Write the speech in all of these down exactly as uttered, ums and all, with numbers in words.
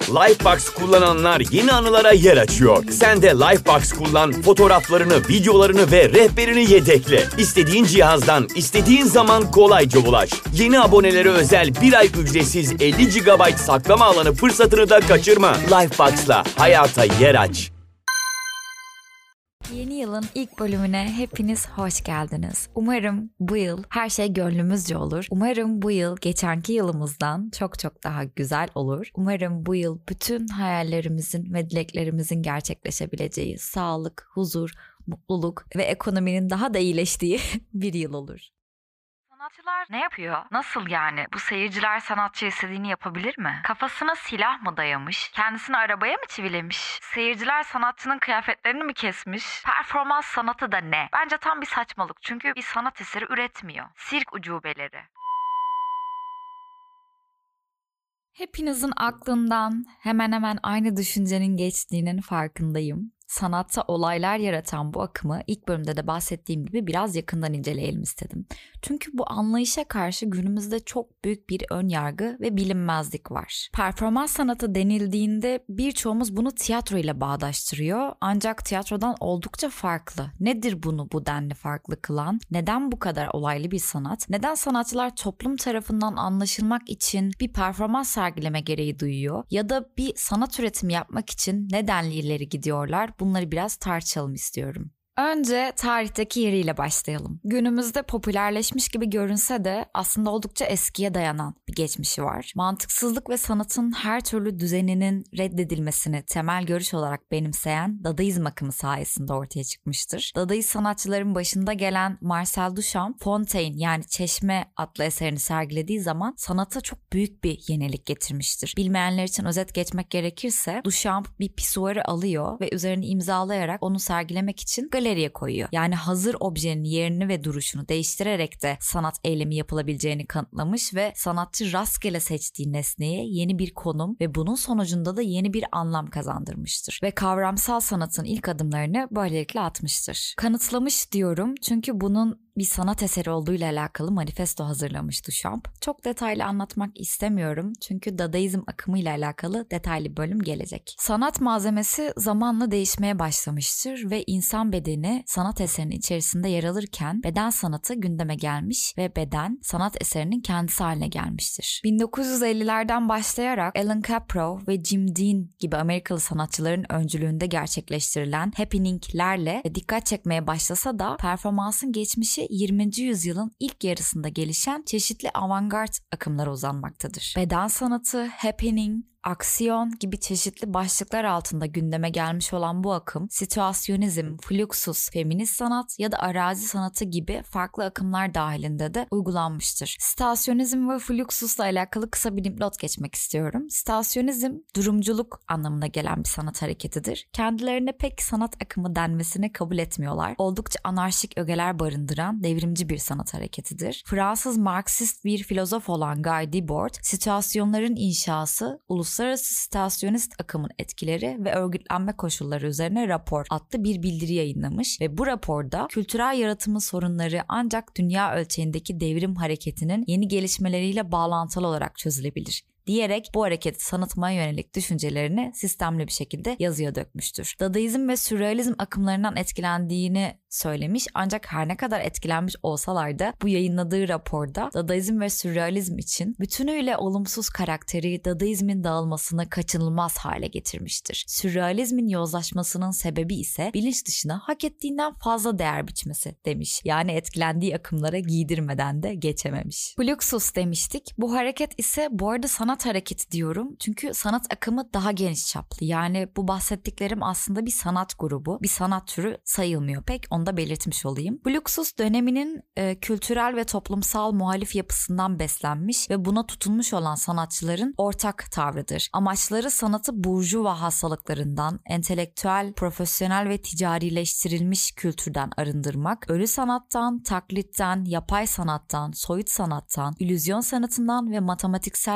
Lifebox kullananlar yeni anılara yer açıyor. Sen de Lifebox kullan, fotoğraflarını, videolarını ve rehberini yedekle. İstediğin cihazdan, istediğin zaman kolayca ulaş. Yeni abonelere özel bir ay ücretsiz elli gigabayt saklama alanı fırsatını da kaçırma. Lifebox'la hayata yer aç. Yeni yılın ilk bölümüne hepiniz hoş geldiniz. Umarım bu yıl her şey gönlümüzce olur. Umarım bu yıl geçenki yılımızdan çok çok daha güzel olur. Umarım bu yıl bütün hayallerimizin ve dileklerimizin gerçekleşebileceği sağlık, huzur, mutluluk ve ekonominin daha da iyileştiği bir yıl olur. Sanatçılar ne yapıyor? Nasıl yani? Bu seyirciler sanatçı istediğini yapabilir mi? Kafasına silah mı dayamış? Kendisini arabaya mı çivilemiş? Seyirciler sanatçının kıyafetlerini mi kesmiş? Performans sanatı da ne? Bence tam bir saçmalık. Çünkü bir sanat eseri üretmiyor. Sirk ucubeleri. Hepinizin aklından hemen hemen aynı düşüncenin geçtiğinin farkındayım. Sanatta olaylar yaratan bu akımı ilk bölümde de bahsettiğim gibi biraz yakından inceleyelim istedim. Çünkü bu anlayışa karşı günümüzde çok büyük bir ön yargı ve bilinmezlik var. Performans sanatı denildiğinde birçoğumuz bunu tiyatro ile bağdaştırıyor. Ancak tiyatrodan oldukça farklı. Nedir bunu bu denli farklı kılan? Neden bu kadar olaylı bir sanat? Neden sanatçılar toplum tarafından anlaşılmak için bir performans sergileme gereği duyuyor? Ya da bir sanat üretimi yapmak için nedenli ileri gidiyorlar? Bunları biraz tartışalım istiyorum. Önce tarihteki yeriyle başlayalım. Günümüzde popülerleşmiş gibi görünse de aslında oldukça eskiye dayanan bir geçmişi var. Mantıksızlık ve sanatın her türlü düzeninin reddedilmesini temel görüş olarak benimseyen Dadaizm akımı sayesinde ortaya çıkmıştır. Dadaist sanatçıların başında gelen Marcel Duchamp, Fontaine yani Çeşme adlı eserini sergilediği zaman sanata çok büyük bir yenilik getirmiştir. Bilmeyenler için özet geçmek gerekirse Duchamp bir pisuarı alıyor ve üzerine imzalayarak onu sergilemek için galeriye koyuyor. Yani hazır objenin yerini ve duruşunu değiştirerek de sanat eylemi yapılabileceğini kanıtlamış ve sanatçı rastgele seçtiği nesneye yeni bir konum ve bunun sonucunda da yeni bir anlam kazandırmıştır. Ve kavramsal sanatın ilk adımlarını böylelikle atmıştır. Kanıtlamış diyorum çünkü bunun bir sanat eseri olduğuyla alakalı manifesto hazırlamış Duchamp. Çok detaylı anlatmak istemiyorum çünkü Dadaizm akımıyla alakalı detaylı bölüm gelecek. Sanat malzemesi zamanla değişmeye başlamıştır ve insan bedeni sanat eserinin içerisinde yer alırken beden sanatı gündeme gelmiş ve beden sanat eserinin kendisi haline gelmiştir. bin dokuz yüz ellilerden başlayarak Alan Caprow ve Jim Dean gibi Amerikalı sanatçıların öncülüğünde gerçekleştirilen happeninglerle dikkat çekmeye başlasa da performansın geçmişi yirminci yüzyılın ilk yarısında gelişen çeşitli avantgard akımlara uzanmaktadır. Beden sanatı, happening, aksiyon gibi çeşitli başlıklar altında gündeme gelmiş olan bu akım, situasyonizm, fluxus, feminist sanat ya da arazi sanatı gibi farklı akımlar dahilinde de uygulanmıştır. Situasyonizm ve fluxusla alakalı kısa bir dipnot geçmek istiyorum. Situasyonizm, durumculuk anlamına gelen bir sanat hareketidir. Kendilerine pek sanat akımı denmesini kabul etmiyorlar. Oldukça anarşik ögeler barındıran devrimci bir sanat hareketidir. Fransız Marksist bir filozof olan Guy Debord, situasyonların inşası, ulus Uluslararası Situasyonist akımın etkileri ve örgütlenme koşulları üzerine rapor adlı bir bildiri yayınlamış ve bu raporda kültürel yaratımın sorunları ancak dünya ölçeğindeki devrim hareketinin yeni gelişmeleriyle bağlantılı olarak çözülebilir diyerek bu hareketi sanatmaya yönelik düşüncelerini sistemli bir şekilde yazıya dökmüştür. Dadaizm ve sürrealizm akımlarından etkilendiğini söylemiş ancak her ne kadar etkilenmiş olsalar da bu yayınladığı raporda Dadaizm ve sürrealizm için bütünüyle olumsuz karakteri Dadaizmin dağılmasını kaçınılmaz hale getirmiştir. Sürrealizmin yozlaşmasının sebebi ise bilinç dışına hak ettiğinden fazla değer biçmesi demiş. Yani etkilendiği akımlara giydirmeden de geçememiş. Fluxus demiştik. Bu hareket ise bu arada sanat hareketi diyorum çünkü sanat akımı daha geniş çaplı. Yani bu bahsettiklerim aslında bir sanat grubu, bir sanat türü sayılmıyor pek. Onu da belirtmiş olayım. Fluxus döneminin e, kültürel ve toplumsal muhalif yapısından beslenmiş ve buna tutunmuş olan sanatçıların ortak tavrıdır. Amaçları sanatı burjuva hastalıklarından, entelektüel, profesyonel ve ticarileştirilmiş kültürden arındırmak, ölü sanattan, taklitten, yapay sanattan, soyut sanattan, illüzyon sanatından ve matematiksel sanattan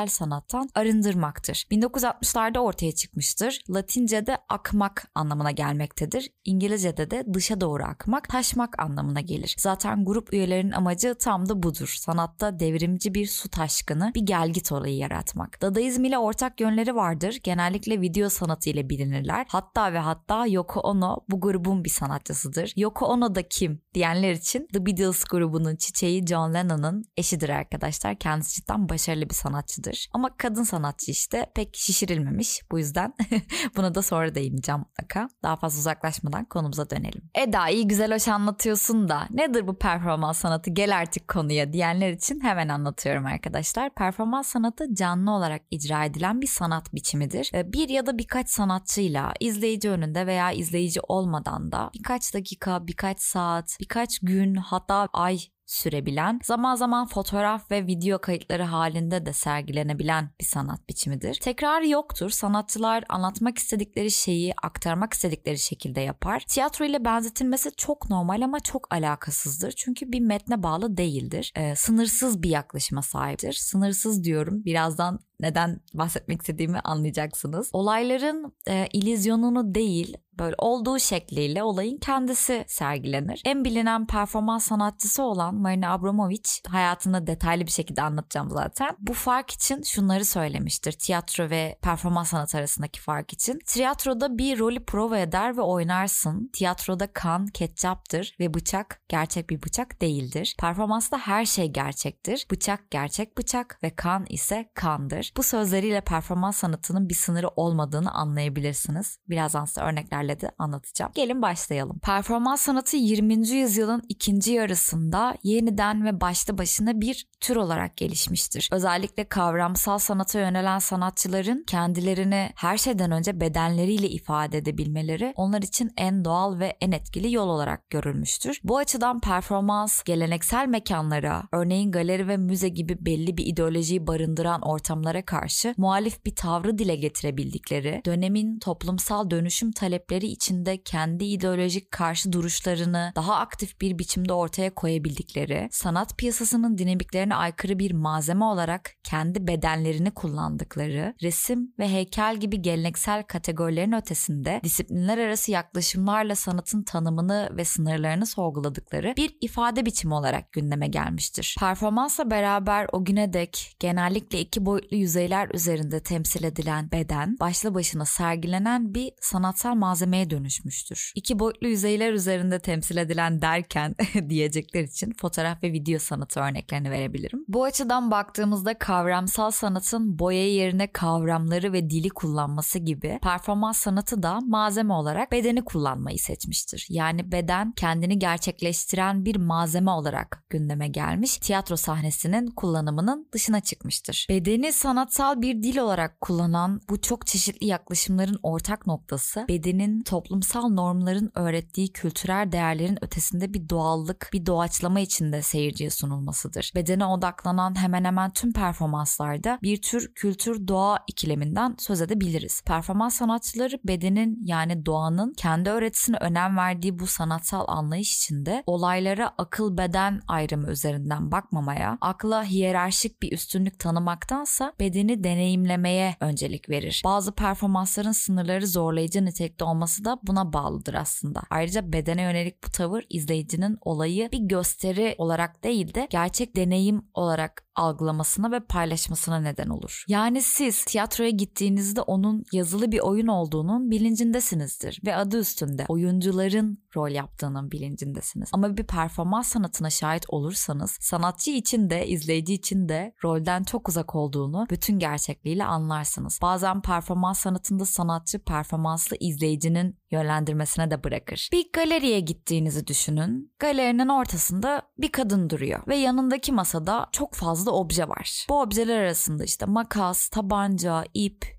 sanattan arındırmaktır. bin dokuz yüz altmışlarda ortaya çıkmıştır. Latince'de akmak anlamına gelmektedir. İngilizce'de de dışa doğru akmak, taşmak anlamına gelir. Zaten grup üyelerinin amacı tam da budur. Sanatta devrimci bir su taşkını, bir gelgit olayı yaratmak. Dadaizm ile ortak yönleri vardır. Genellikle video sanatı ile bilinirler. Hatta ve hatta Yoko Ono bu grubun bir sanatçısıdır. Yoko Ono da kim diyenler için The Beatles grubunun çiçeği John Lennon'ın eşidir arkadaşlar. Kendisi cidden başarılı bir sanatçıdır. Ama kadın sanatçı işte pek şişirilmemiş. Bu yüzden buna da sonra değineceğim mutlaka. Daha fazla uzaklaşmadan konumuza dönelim. Eda iyi güzel hoş anlatıyorsun da nedir bu performans sanatı, gel artık konuya diyenler için hemen anlatıyorum arkadaşlar. Performans sanatı canlı olarak icra edilen bir sanat biçimidir. Bir ya da birkaç sanatçıyla izleyici önünde veya izleyici olmadan da birkaç dakika, birkaç saat, birkaç gün hatta ay sürebilen, zaman zaman fotoğraf ve video kayıtları halinde de sergilenebilen bir sanat biçimidir. Tekrarı yoktur. Sanatçılar anlatmak istedikleri şeyi aktarmak istedikleri şekilde yapar. Tiyatro ile benzetilmesi çok normal ama çok alakasızdır. Çünkü bir metne bağlı değildir. Ee, sınırsız bir yaklaşıma sahiptir. Sınırsız diyorum. Birazdan neden bahsetmek istediğimi anlayacaksınız. Olayların e, illüzyonunu değil, böyle olduğu şekliyle olayın kendisi sergilenir. En bilinen performans sanatçısı olan Marina Abramovic, hayatını detaylı bir şekilde anlatacağım zaten. Bu fark için şunları söylemiştir. Tiyatro ve performans sanatı arasındaki fark için. Tiyatroda bir rolü prova eder ve oynarsın. Tiyatroda kan ketçaptır ve bıçak gerçek bir bıçak değildir. Performansta her şey gerçektir. Bıçak gerçek bıçak ve kan ise kandır. Bu sözleriyle performans sanatının bir sınırı olmadığını anlayabilirsiniz. Birazdan size örneklerle de anlatacağım. Gelin başlayalım. Performans sanatı yirminci yüzyılın ikinci yarısında yeniden ve başlı başına bir tür olarak gelişmiştir. Özellikle kavramsal sanata yönelen sanatçıların kendilerini her şeyden önce bedenleriyle ifade edebilmeleri onlar için en doğal ve en etkili yol olarak görülmüştür. Bu açıdan performans geleneksel mekanlara, örneğin galeri ve müze gibi belli bir ideolojiyi barındıran ortamlara karşı muhalif bir tavrı dile getirebildikleri, dönemin toplumsal dönüşüm talepleri içinde kendi ideolojik karşı duruşlarını daha aktif bir biçimde ortaya koyabildikleri, sanat piyasasının dinamiklerine aykırı bir malzeme olarak kendi bedenlerini kullandıkları, resim ve heykel gibi geleneksel kategorilerin ötesinde disiplinler arası yaklaşımlarla sanatın tanımını ve sınırlarını sorguladıkları bir ifade biçimi olarak gündeme gelmiştir. Performansla beraber o güne dek genellikle iki boyutlu yüzeyler üzerinde temsil edilen beden, başlı başına sergilenen bir sanatsal malzemeye dönüşmüştür. İki boyutlu yüzeyler üzerinde temsil edilen derken diyecekler için fotoğraf ve video sanatı örneklerini verebilirim. Bu açıdan baktığımızda kavramsal sanatın boya yerine kavramları ve dili kullanması gibi performans sanatı da malzeme olarak bedeni kullanmayı seçmiştir. Yani beden kendini gerçekleştiren bir malzeme olarak gündeme gelmiş, tiyatro sahnesinin kullanımının dışına çıkmıştır. Bedeni sanatsal bir dil olarak kullanan bu çok çeşitli yaklaşımların ortak noktası, bedenin toplumsal normların öğrettiği kültürel değerlerin ötesinde bir doğallık, bir doğaçlama içinde seyirciye sunulmasıdır. Bedene odaklanan hemen hemen tüm performanslarda bir tür kültür-doğa ikileminden söz edebiliriz. Performans sanatçıları bedenin yani doğanın kendi öğretisine önem verdiği bu sanatsal anlayış içinde olaylara akıl-beden ayrımı üzerinden bakmamaya, akla hiyerarşik bir üstünlük tanımaktansa bedeni deneyimlemeye öncelik verir. Bazı performansların sınırları zorlayıcı nitelikte olması da buna bağlıdır aslında. Ayrıca bedene yönelik bu tavır izleyicinin olayı bir gösteri olarak değil de gerçek deneyim olarak algılamasına ve paylaşmasına neden olur. Yani siz tiyatroya gittiğinizde onun yazılı bir oyun olduğunun bilincindesinizdir ve adı üstünde oyuncuların rol yaptığının bilincindesiniz. Ama bir performans sanatına şahit olursanız sanatçı için de izleyici için de rolden çok uzak olduğunu bütün gerçekliğiyle anlarsınız. Bazen performans sanatında sanatçı performanslı izleyicinin yönlendirmesine de bırakır. Bir galeriye gittiğinizi düşünün. Galerinin ortasında bir kadın duruyor ve yanındaki masada çok fazla obje var. Bu objeler arasında işte makas, tabanca, ip,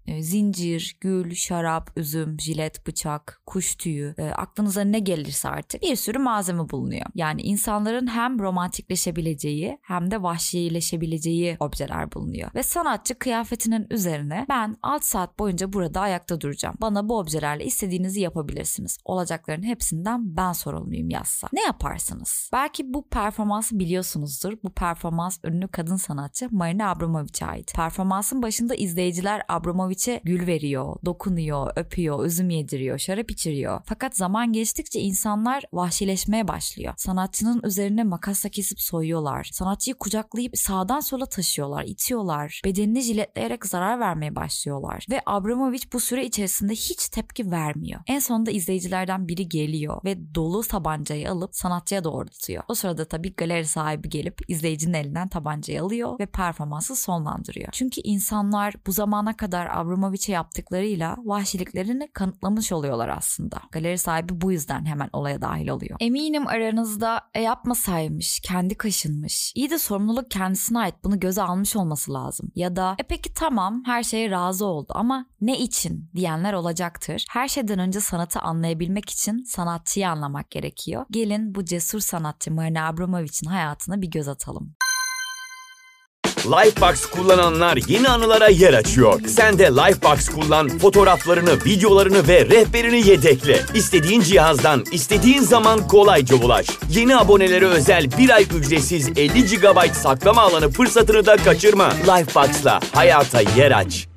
e, zincir, gül, şarap, üzüm, jilet, bıçak, kuş tüyü, e, aklınıza ne gelirse artık bir sürü malzeme bulunuyor. Yani insanların hem romantikleşebileceği hem de vahşileşebileceği objeler bulunuyor. Ve sanatçı kıyafetinin üzerine ben altı saat boyunca burada ayakta duracağım. Bana bu objelerle istediğinizi yapabilirsiniz. Olacakların hepsinden ben sorumluyum yazsa. Ne yaparsınız? Belki bu performansı biliyorsunuzdur. Bu performans ünlü kadın sanatçı Marina Abramović'e ait. Performansın başında izleyiciler Abramović'e gül veriyor, dokunuyor, öpüyor, üzüm yediriyor, şarap içiriyor. Fakat zaman geçtikçe insanlar vahşileşmeye başlıyor. Sanatçının üzerine makasla kesip soyuyorlar. Sanatçıyı kucaklayıp sağdan sola taşıyorlar, itiyorlar. Bedenini jiletleyerek zarar vermeye başlıyorlar. Ve Abramović bu süre içerisinde hiç tepki vermiyor. En sonunda izleyicilerden biri geliyor ve dolu tabancayı alıp sanatçıya doğrultuyor. O sırada tabii galeri sahibi gelip izleyicinin elinden tabancayı alıyor ve performansı sonlandırıyor. Çünkü insanlar bu zamana kadar Abramović'e yaptıklarıyla vahşiliklerini kanıtlamış oluyorlar aslında. Galeri sahibi bu yüzden hemen olaya dahil oluyor. Eminim aranızda e yapmasaymış, kendi kaşınmış, iyi de sorumluluk kendisine ait, bunu göze almış olması lazım. Ya da e peki tamam her şeye razı oldu ama ne için diyenler olacaktır. Her şeyden önce sanatı anlayabilmek için sanatçıyı anlamak gerekiyor. Gelin bu cesur sanatçı Marina Abramović'in hayatına bir göz atalım. Lifebox kullananlar yeni anılara yer açıyor. Sen de Lifebox kullan, fotoğraflarını, videolarını ve rehberini yedekle. İstediğin cihazdan, istediğin zaman kolayca ulaş. Yeni abonelere özel bir ay ücretsiz elli gigabayt saklama alanı fırsatını da kaçırma. Lifebox'la hayata yer aç.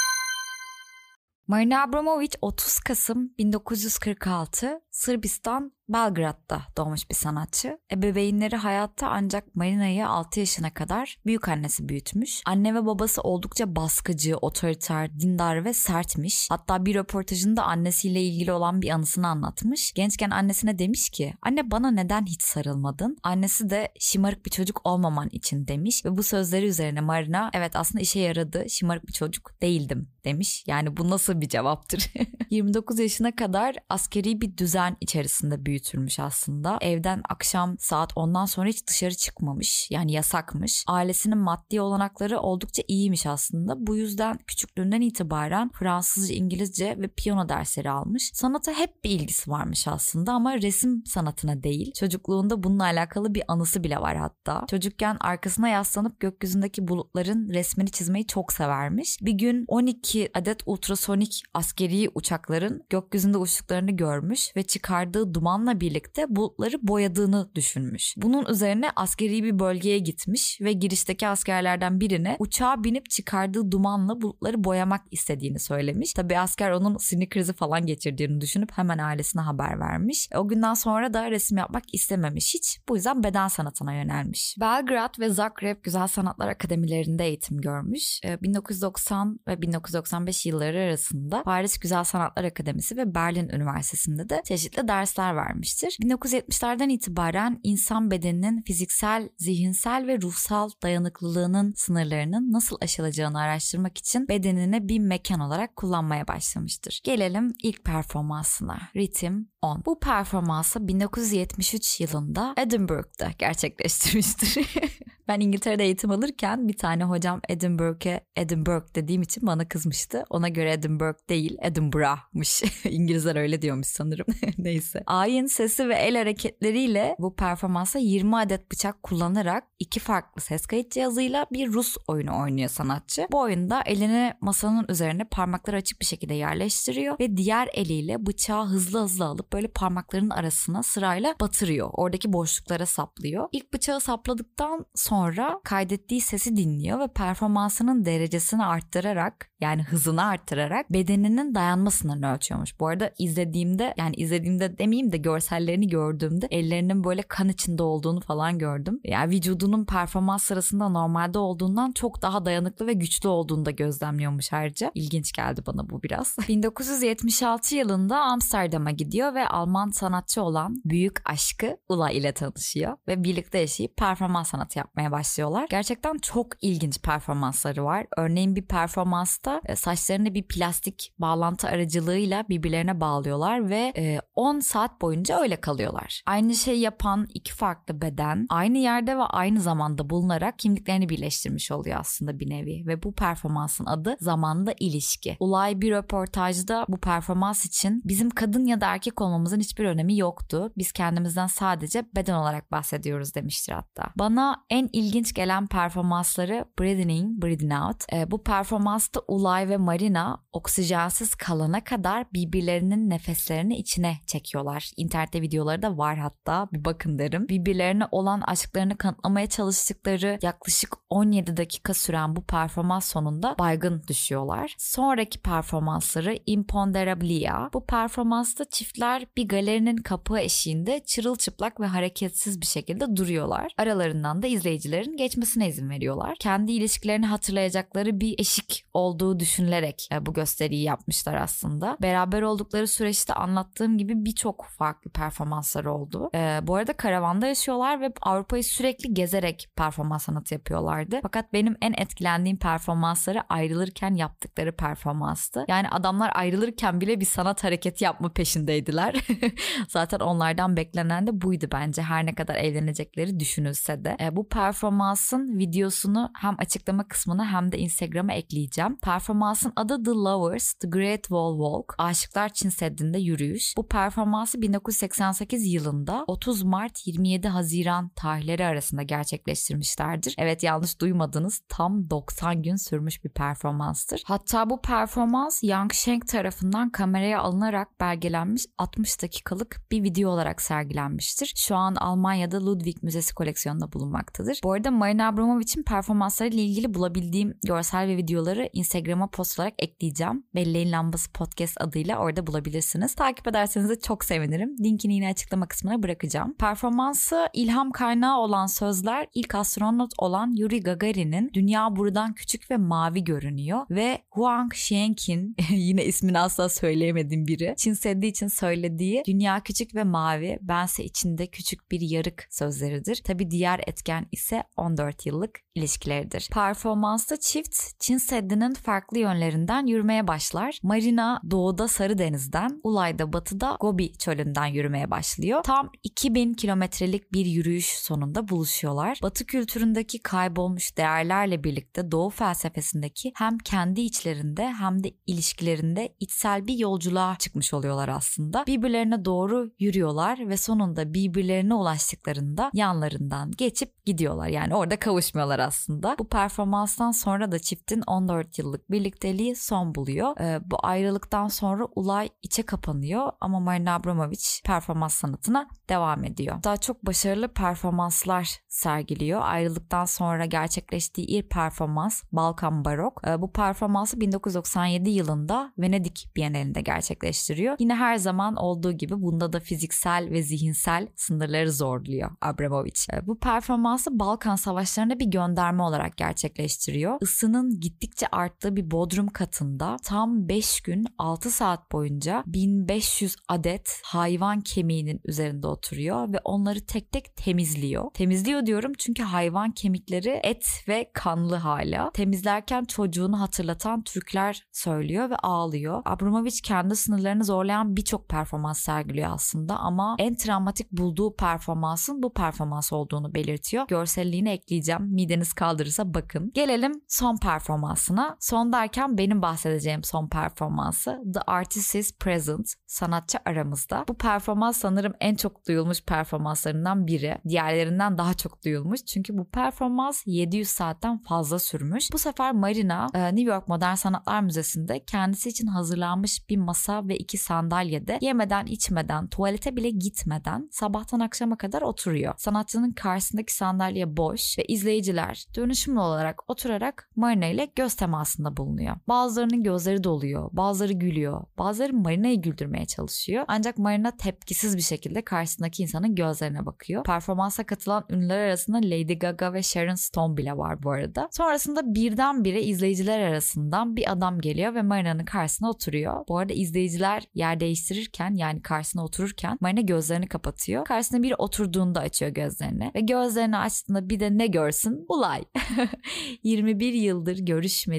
Marina Abramović otuz Kasım bin dokuz yüz kırk altı Sırbistan Belgrad'da doğmuş bir sanatçı. Ebeveynleri hayatta ancak Marina'yı altı yaşına kadar büyükannesi büyütmüş. Anne ve babası oldukça baskıcı, otoriter, dindar ve sertmiş. Hatta bir röportajında annesiyle ilgili olan bir anısını anlatmış. Gençken annesine demiş ki, anne bana neden hiç sarılmadın? Annesi de şımarık bir çocuk olmaman için demiş ve bu sözleri üzerine Marina evet aslında işe yaradı, şımarık bir çocuk değildim demiş. Yani bu nasıl bir cevaptır? yirmi dokuz yaşına kadar askeri bir düzen içerisinde büyütülmüş aslında. Evden akşam saat ondan sonra hiç dışarı çıkmamış. Yani yasakmış. Ailesinin maddi olanakları oldukça iyiymiş aslında. Bu yüzden küçüklüğünden itibaren Fransızca, İngilizce ve piyano dersleri almış. Sanata hep bir ilgisi varmış aslında ama resim sanatına değil. Çocukluğunda bununla alakalı bir anısı bile var hatta. Çocukken arkasına yaslanıp gökyüzündeki bulutların resmini çizmeyi çok severmiş. Bir gün on iki adet ultrasonik askeri uçakların gökyüzünde uçtuklarını görmüş ve çıkardığı dumanla birlikte bulutları boyadığını düşünmüş. Bunun üzerine askeri bir bölgeye gitmiş ve girişteki askerlerden birine uçağa binip çıkardığı dumanla bulutları boyamak istediğini söylemiş. Tabii asker onun sinir krizi falan geçirdiğini düşünüp hemen ailesine haber vermiş. O günden sonra da resim yapmak istememiş hiç. Bu yüzden beden sanatına yönelmiş. Belgrad ve Zagreb Güzel Sanatlar Akademilerinde eğitim görmüş. bin dokuz yüz doksan ve bin dokuz yüz doksan beş yılları arasında Paris Güzel Sanatlar Akademisi ve Berlin Üniversitesi'nde de çeşitli dersler vermiştir. bin dokuz yüz yetmişlerden itibaren insan bedeninin fiziksel, zihinsel ve ruhsal dayanıklılığının sınırlarının nasıl aşılacağını araştırmak için bedenini bir mekan olarak kullanmaya başlamıştır. Gelelim ilk performansına. Rhythm on. Bu performansı bin dokuz yüz yetmiş üç yılında Edinburgh'da gerçekleştirmiştir. Ben İngiltere'de eğitim alırken bir tane hocam Edinburgh'e Edinburgh dediğim için bana kızmıştı. Ona göre Edinburgh değil Edinburgh'mış. İngilizler öyle diyormuş sanırım. Neyse. Ayin sesi ve el hareketleriyle bu performansa yirmi adet bıçak kullanarak iki farklı ses kayıt cihazıyla bir Rus oyunu oynuyor sanatçı. Bu oyunda elini masanın üzerine parmakları açık bir şekilde yerleştiriyor ve diğer eliyle bıçağı hızlı hızlı alıp böyle parmaklarının arasına sırayla batırıyor. Oradaki boşluklara saplıyor. İlk bıçağı sapladıktan sonra kaydettiği sesi dinliyor ve performansının derecesini arttırarak yani hızını arttırarak bedeninin dayanma sınırını ölçüyormuş. Bu arada izlediğimde yani izlediğimde demeyeyim de görsellerini gördüğümde ellerinin böyle kan içinde olduğunu falan gördüm. Yani vücudunun performans sırasında normalde olduğundan çok daha dayanıklı ve güçlü olduğunu da gözlemliyormuş ayrıca. İlginç geldi bana bu biraz. bin dokuz yüz yetmiş altı yılında Amsterdam'a gidiyor ve Alman sanatçı olan büyük aşkı Ula ile tanışıyor ve birlikte yaşayıp performans sanatı yapmaya başlıyorlar. Gerçekten çok ilginç performansları var. Örneğin bir performansta da saçlarını bir plastik bağlantı aracılığıyla birbirlerine bağlıyorlar ve on saat boyunca öyle kalıyorlar. Aynı şeyi yapan iki farklı beden aynı yerde ve aynı zamanda bulunarak kimliklerini birleştirmiş oluyor aslında bir nevi ve bu performansın adı zamanda ilişki. Ulay bir röportajda bu performans için bizim kadın ya da erkek olmamızın hiçbir önemi yoktu. Biz kendimizden sadece beden olarak bahsediyoruz demiştir hatta. Bana en ilginç gelen performansları Breathing In, Breathing Out. E, bu performansta Ulay ve Marina oksijensiz kalana kadar birbirlerinin nefeslerini içine çekiyorlar. İnternette videoları da var hatta. Bir bakın derim. Birbirlerine olan aşklarını kanıtlamaya çalıştıkları yaklaşık on yedi dakika süren bu performans sonunda baygın düşüyorlar. Sonraki performansları Imponderabilia. Bu performansta çiftler bir galerinin kapı eşiğinde çırılçıplak ve hareketsiz bir şekilde duruyorlar. Aralarından da izleyicilerin geçmesine izin veriyorlar. Kendi ilişkilerini hatırlayacakları bir eşik olduğu düşünülerek bu gösteriyi yapmışlar aslında. Beraber oldukları süreçte anlattığım gibi birçok farklı performanslar oldu. Ee, bu arada karavanda yaşıyorlar ve Avrupa'yı sürekli gezerek performans sanatı yapıyorlardı. Fakat benim en etkilendiğim performansları ayrılırken yaptıkları performanstı. Yani adamlar ayrılırken bile bir sanat hareketi yapma peşindeydiler. Zaten onlardan beklenen de buydu bence. Her ne kadar evlenecekleri düşünülse de. Ee, bu performansın videosunu hem açıklama kısmına hem de Instagram'a ekleyeceğim. Performansın adı The Lovers, The Great Wall Walk. Aşıklar Çin Seddi'nde yürüyüş. Bu performansı bin dokuz yüz seksen sekiz yılında otuz Mart yirmi yedi Haziran tarihleri arasında gerçekleştirmişlerdir. Evet, yanlış duymadınız. Tam doksan gün sürmüş bir performanstır. Hatta bu performans Yang Sheng tarafından kameraya alınarak belgelenmiş altmış dakikalık bir video olarak sergilenmiştir. Şu an Almanya'da Ludwig Müzesi koleksiyonunda bulunmaktadır. Bu arada Marina Abramovich'in performanslarıyla ilgili bulabildiğim görsel ve videoları Instagram'a post olarak ekleyeceğim. Belleğin Lambası Podcast adıyla orada bulabilirsiniz. Takip ederseniz de çok sevinirim. Linkini yine açıklama kısmına bırakacağım. Performansı ilham kaynağı olan sözler ilk astronot olan Yuri Gagarin'in "Dünya buradan küçük ve mavi görünüyor" ve Huang Xiangqin yine ismini asla söyleyemediğim biri Çin Seddi için söylediği "Dünya küçük ve mavi, bense içinde küçük bir yarık" sözleridir. Tabii diğer etken ise on dört yıllık ilişkileridir. Performansta çift Çin Seddi'nin farklı yönlerinden yürümeye başlar. Marina doğuda Sarıdeniz'den, Ulay da batıda Gobi çölünden yürümeye başlıyor. Tam iki bin kilometrelik bir yürüyüş sonunda buluşuyorlar. Batı kültüründeki kaybolmuş değerlerle birlikte Doğu felsefesindeki hem kendi içlerinde hem de ilişkilerinde içsel bir yolculuğa çıkmış oluyorlar aslında. Birbirlerine doğru yürüyorlar ve sonunda birbirlerine ulaştıklarında yanlarından geçip gidiyorlar. Yani orada kavuşmuyorlar aslında. Bu performanstan sonra da çiftin on dört yıllık birlikteliği son buluyor. Ee, bu ayrılıktan sonra Ulay içe kapanıyor ama Marina Abramovich performans sanatına devam ediyor. Daha çok başarılı performanslar sergiliyor. Ayrılıktan sonra gerçekleştiği ilk performans Balkan Barok. Ee, bu performansı bin dokuz yüz doksan yedi yılında Venedik Bienalinde gerçekleştiriyor. Yine her zaman olduğu gibi bunda da fiziksel ve zihinsel sınırları zorluyor Abramovich. Ee, bu performansı Balkan Savaşları'na bir gönderme olarak gerçekleştiriyor. Isının gittikçe arttığı bir bodrum katında tam beş gün altı saat boyunca bin beş yüz adet hayvan kemiğinin üzerinde oturuyor ve onları tek tek temizliyor. Temizliyor diyorum çünkü hayvan kemikleri et ve kanlı hala. Temizlerken çocuğunu hatırlatan türküler söylüyor ve ağlıyor. Abramovich kendi sınırlarını zorlayan birçok performans sergiliyor aslında ama en travmatik bulduğu performansın bu performans olduğunu belirtiyor. Görselliğini ekleyeceğim. Mideniz kaldırırsa bakın. Gelelim son performansına. Son derken benim bahsedeceğim son performansı The Artist is Present. Sanatçı aramızda. Bu performans sanırım en çok duyulmuş performanslarından biri. Diğerlerinden daha çok duyulmuş. Çünkü bu performans yedi yüz saatten fazla sürmüş. Bu sefer Marina New York Modern Sanatlar Müzesi'nde kendisi için hazırlanmış bir masa ve iki sandalyede yemeden içmeden tuvalete bile gitmeden sabahtan akşama kadar oturuyor. Sanatçının karşısındaki sandalye boş ve izleyiciler dönüşümlü olarak oturarak Marina ile göz temasında bulunuyor. Bazılarının gözleri doluyor, bazıları gülüyor, bazıları Marina'yı güldürmeye çalışıyor. Ancak Marina tepkisiz bir şekilde karşısındaki insanın gözlerine bakıyor. Performansa katılan ünlüler arasında Lady Gaga ve Sharon Stone bile var bu arada. Sonrasında birdenbire izleyiciler arasından bir adam geliyor ve Marina'nın karşısına oturuyor. Bu arada izleyiciler yer değiştirirken, yani karşısına otururken Marina gözlerini kapatıyor. Karşısına biri oturduğunda açıyor gözlerini ve gözlerini açtığında bir de ne görsün? Ulay. yirmi bir yıldır görüşmediği,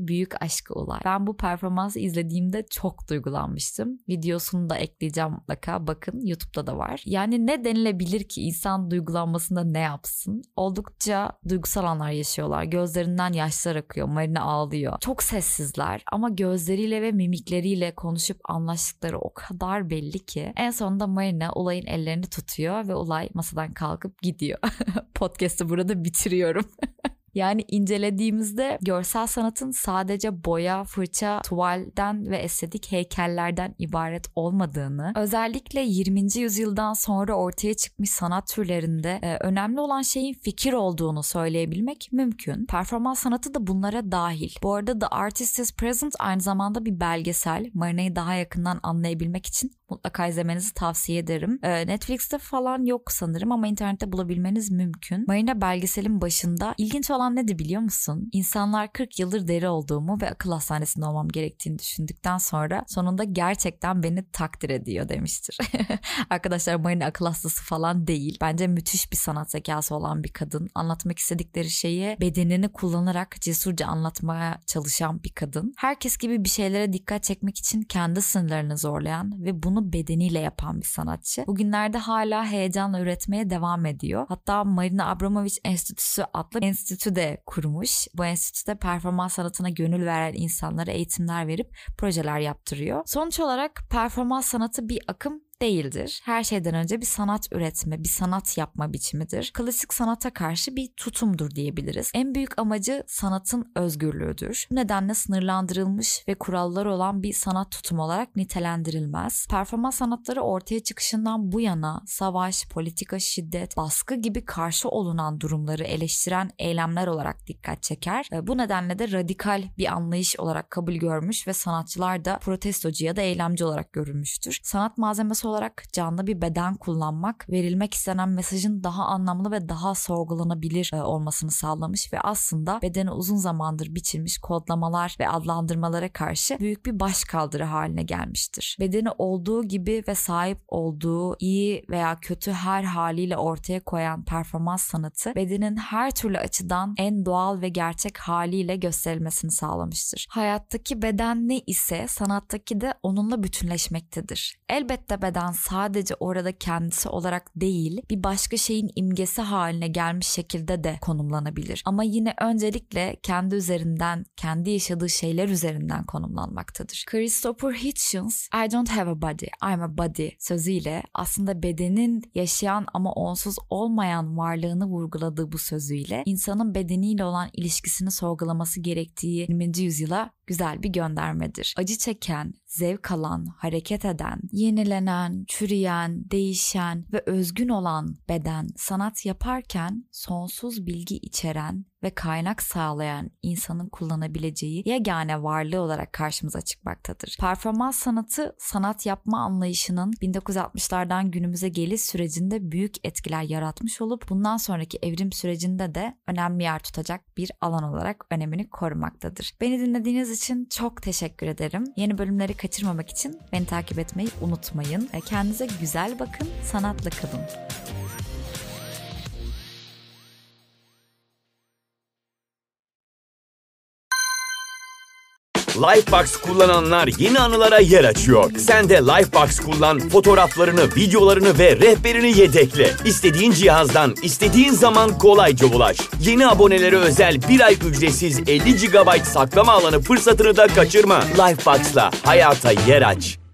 büyük aşkı Ulay. Ben bu performansı izlediğimde çok duygulanmıştım. Videosunu da ekleyeceğim mutlaka. Bakın YouTube'da da var. Yani ne denilebilir ki insan duygulanmasında ne yapsın? Oldukça duygusal anlar yaşıyorlar. Gözlerinden yaşlar akıyor. Marina ağlıyor. Çok sessizler ama gözleriyle ve mimikleriyle konuşup anlaştıkları o kadar belli ki. En sonunda Marina Ulay'ın ellerini tutuyor ve Ulay masadan kalkıp gidiyor. Podcast'ı burada bitiriyorum. Yani incelediğimizde görsel sanatın sadece boya, fırça, tuvalden ve estetik heykellerden ibaret olmadığını, özellikle yirminci yüzyıldan sonra ortaya çıkmış sanat türlerinde e, önemli olan şeyin fikir olduğunu söyleyebilmek mümkün. Performans sanatı da bunlara dahil. Bu arada The Artist is Present aynı zamanda bir belgesel. Marina'yı daha yakından anlayabilmek için mutlaka izlemenizi tavsiye ederim. E, Netflix'te falan yok sanırım ama internette bulabilmeniz mümkün. Marina belgeselin başında ilginç olan nedir biliyor musun? İnsanlar kırk yıldır deri olduğumu ve akıl hastanesinde olmam gerektiğini düşündükten sonra sonunda gerçekten beni takdir ediyor demiştir. Arkadaşlar Marina akıl hastası falan değil. Bence müthiş bir sanat zekası olan bir kadın. Anlatmak istedikleri şeyi bedenini kullanarak cesurca anlatmaya çalışan bir kadın. Herkes gibi bir şeylere dikkat çekmek için kendi sınırlarını zorlayan ve bunu bedeniyle yapan bir sanatçı. Bugünlerde hala heyecanla üretmeye devam ediyor. Hatta Marina Abramovic Enstitüsü adlı enstitü de kurmuş. Bu enstitüde performans sanatına gönül veren insanlara eğitimler verip projeler yaptırıyor. Sonuç olarak performans sanatı bir akım değildir. Her şeyden önce bir sanat üretme, bir sanat yapma biçimidir. Klasik sanata karşı bir tutumdur diyebiliriz. En büyük amacı sanatın özgürlüğüdür. Bu nedenle sınırlandırılmış ve kuralları olan bir sanat tutumu olarak nitelendirilmez. Performans sanatları ortaya çıkışından bu yana savaş, politika, şiddet, baskı gibi karşı olunan durumları eleştiren eylemler olarak dikkat çeker. Bu nedenle de radikal bir anlayış olarak kabul görmüş ve sanatçılar da protestocu ya da eylemci olarak görülmüştür. Sanat malzemesi olarak canlı bir beden kullanmak, verilmek istenen mesajın daha anlamlı ve daha sorgulanabilir olmasını sağlamış ve aslında bedeni uzun zamandır biçilmiş kodlamalar ve adlandırmalara karşı büyük bir başkaldırı haline gelmiştir. Bedeni olduğu gibi ve sahip olduğu iyi veya kötü her haliyle ortaya koyan performans sanatı, bedenin her türlü açıdan en doğal ve gerçek haliyle gösterilmesini sağlamıştır. Hayattaki beden ne ise sanattaki de onunla bütünleşmektedir. Elbette beden sadece orada kendisi olarak değil, bir başka şeyin imgesi haline gelmiş şekilde de konumlanabilir. Ama yine öncelikle kendi üzerinden, kendi yaşadığı şeyler üzerinden konumlanmaktadır. Christopher Hitchens, I don't have a body, I'm a body sözüyle aslında bedenin yaşayan ama onsuz olmayan varlığını vurguladığı bu sözüyle insanın bedeniyle olan ilişkisini sorgulaması gerektiği yirminci yüzyıla güzel bir göndermedir. Acı çeken, zevk alan, hareket eden, yenilenen, çürüyen, değişen ve özgün olan beden sanat yaparken sonsuz bilgi içeren ve kaynak sağlayan insanın kullanabileceği yegane varlığı olarak karşımıza çıkmaktadır. Performans sanatı, sanat yapma anlayışının bin dokuz yüz altmışlardan günümüze geliş sürecinde büyük etkiler yaratmış olup bundan sonraki evrim sürecinde de önemli yer tutacak bir alan olarak önemini korumaktadır. Beni dinlediğiniz için çok teşekkür ederim. Yeni bölümleri kaçırmamak için beni takip etmeyi unutmayın. Kendinize güzel bakın, sanatla kalın. Lifebox kullananlar yeni anılara yer açıyor. Sen de Lifebox kullan, fotoğraflarını, videolarını ve rehberini yedekle. İstediğin cihazdan, istediğin zaman kolayca ulaş. Yeni abonelere özel bir ay ücretsiz elli gigabayt saklama alanı fırsatını da kaçırma. Lifebox'la hayata yer aç.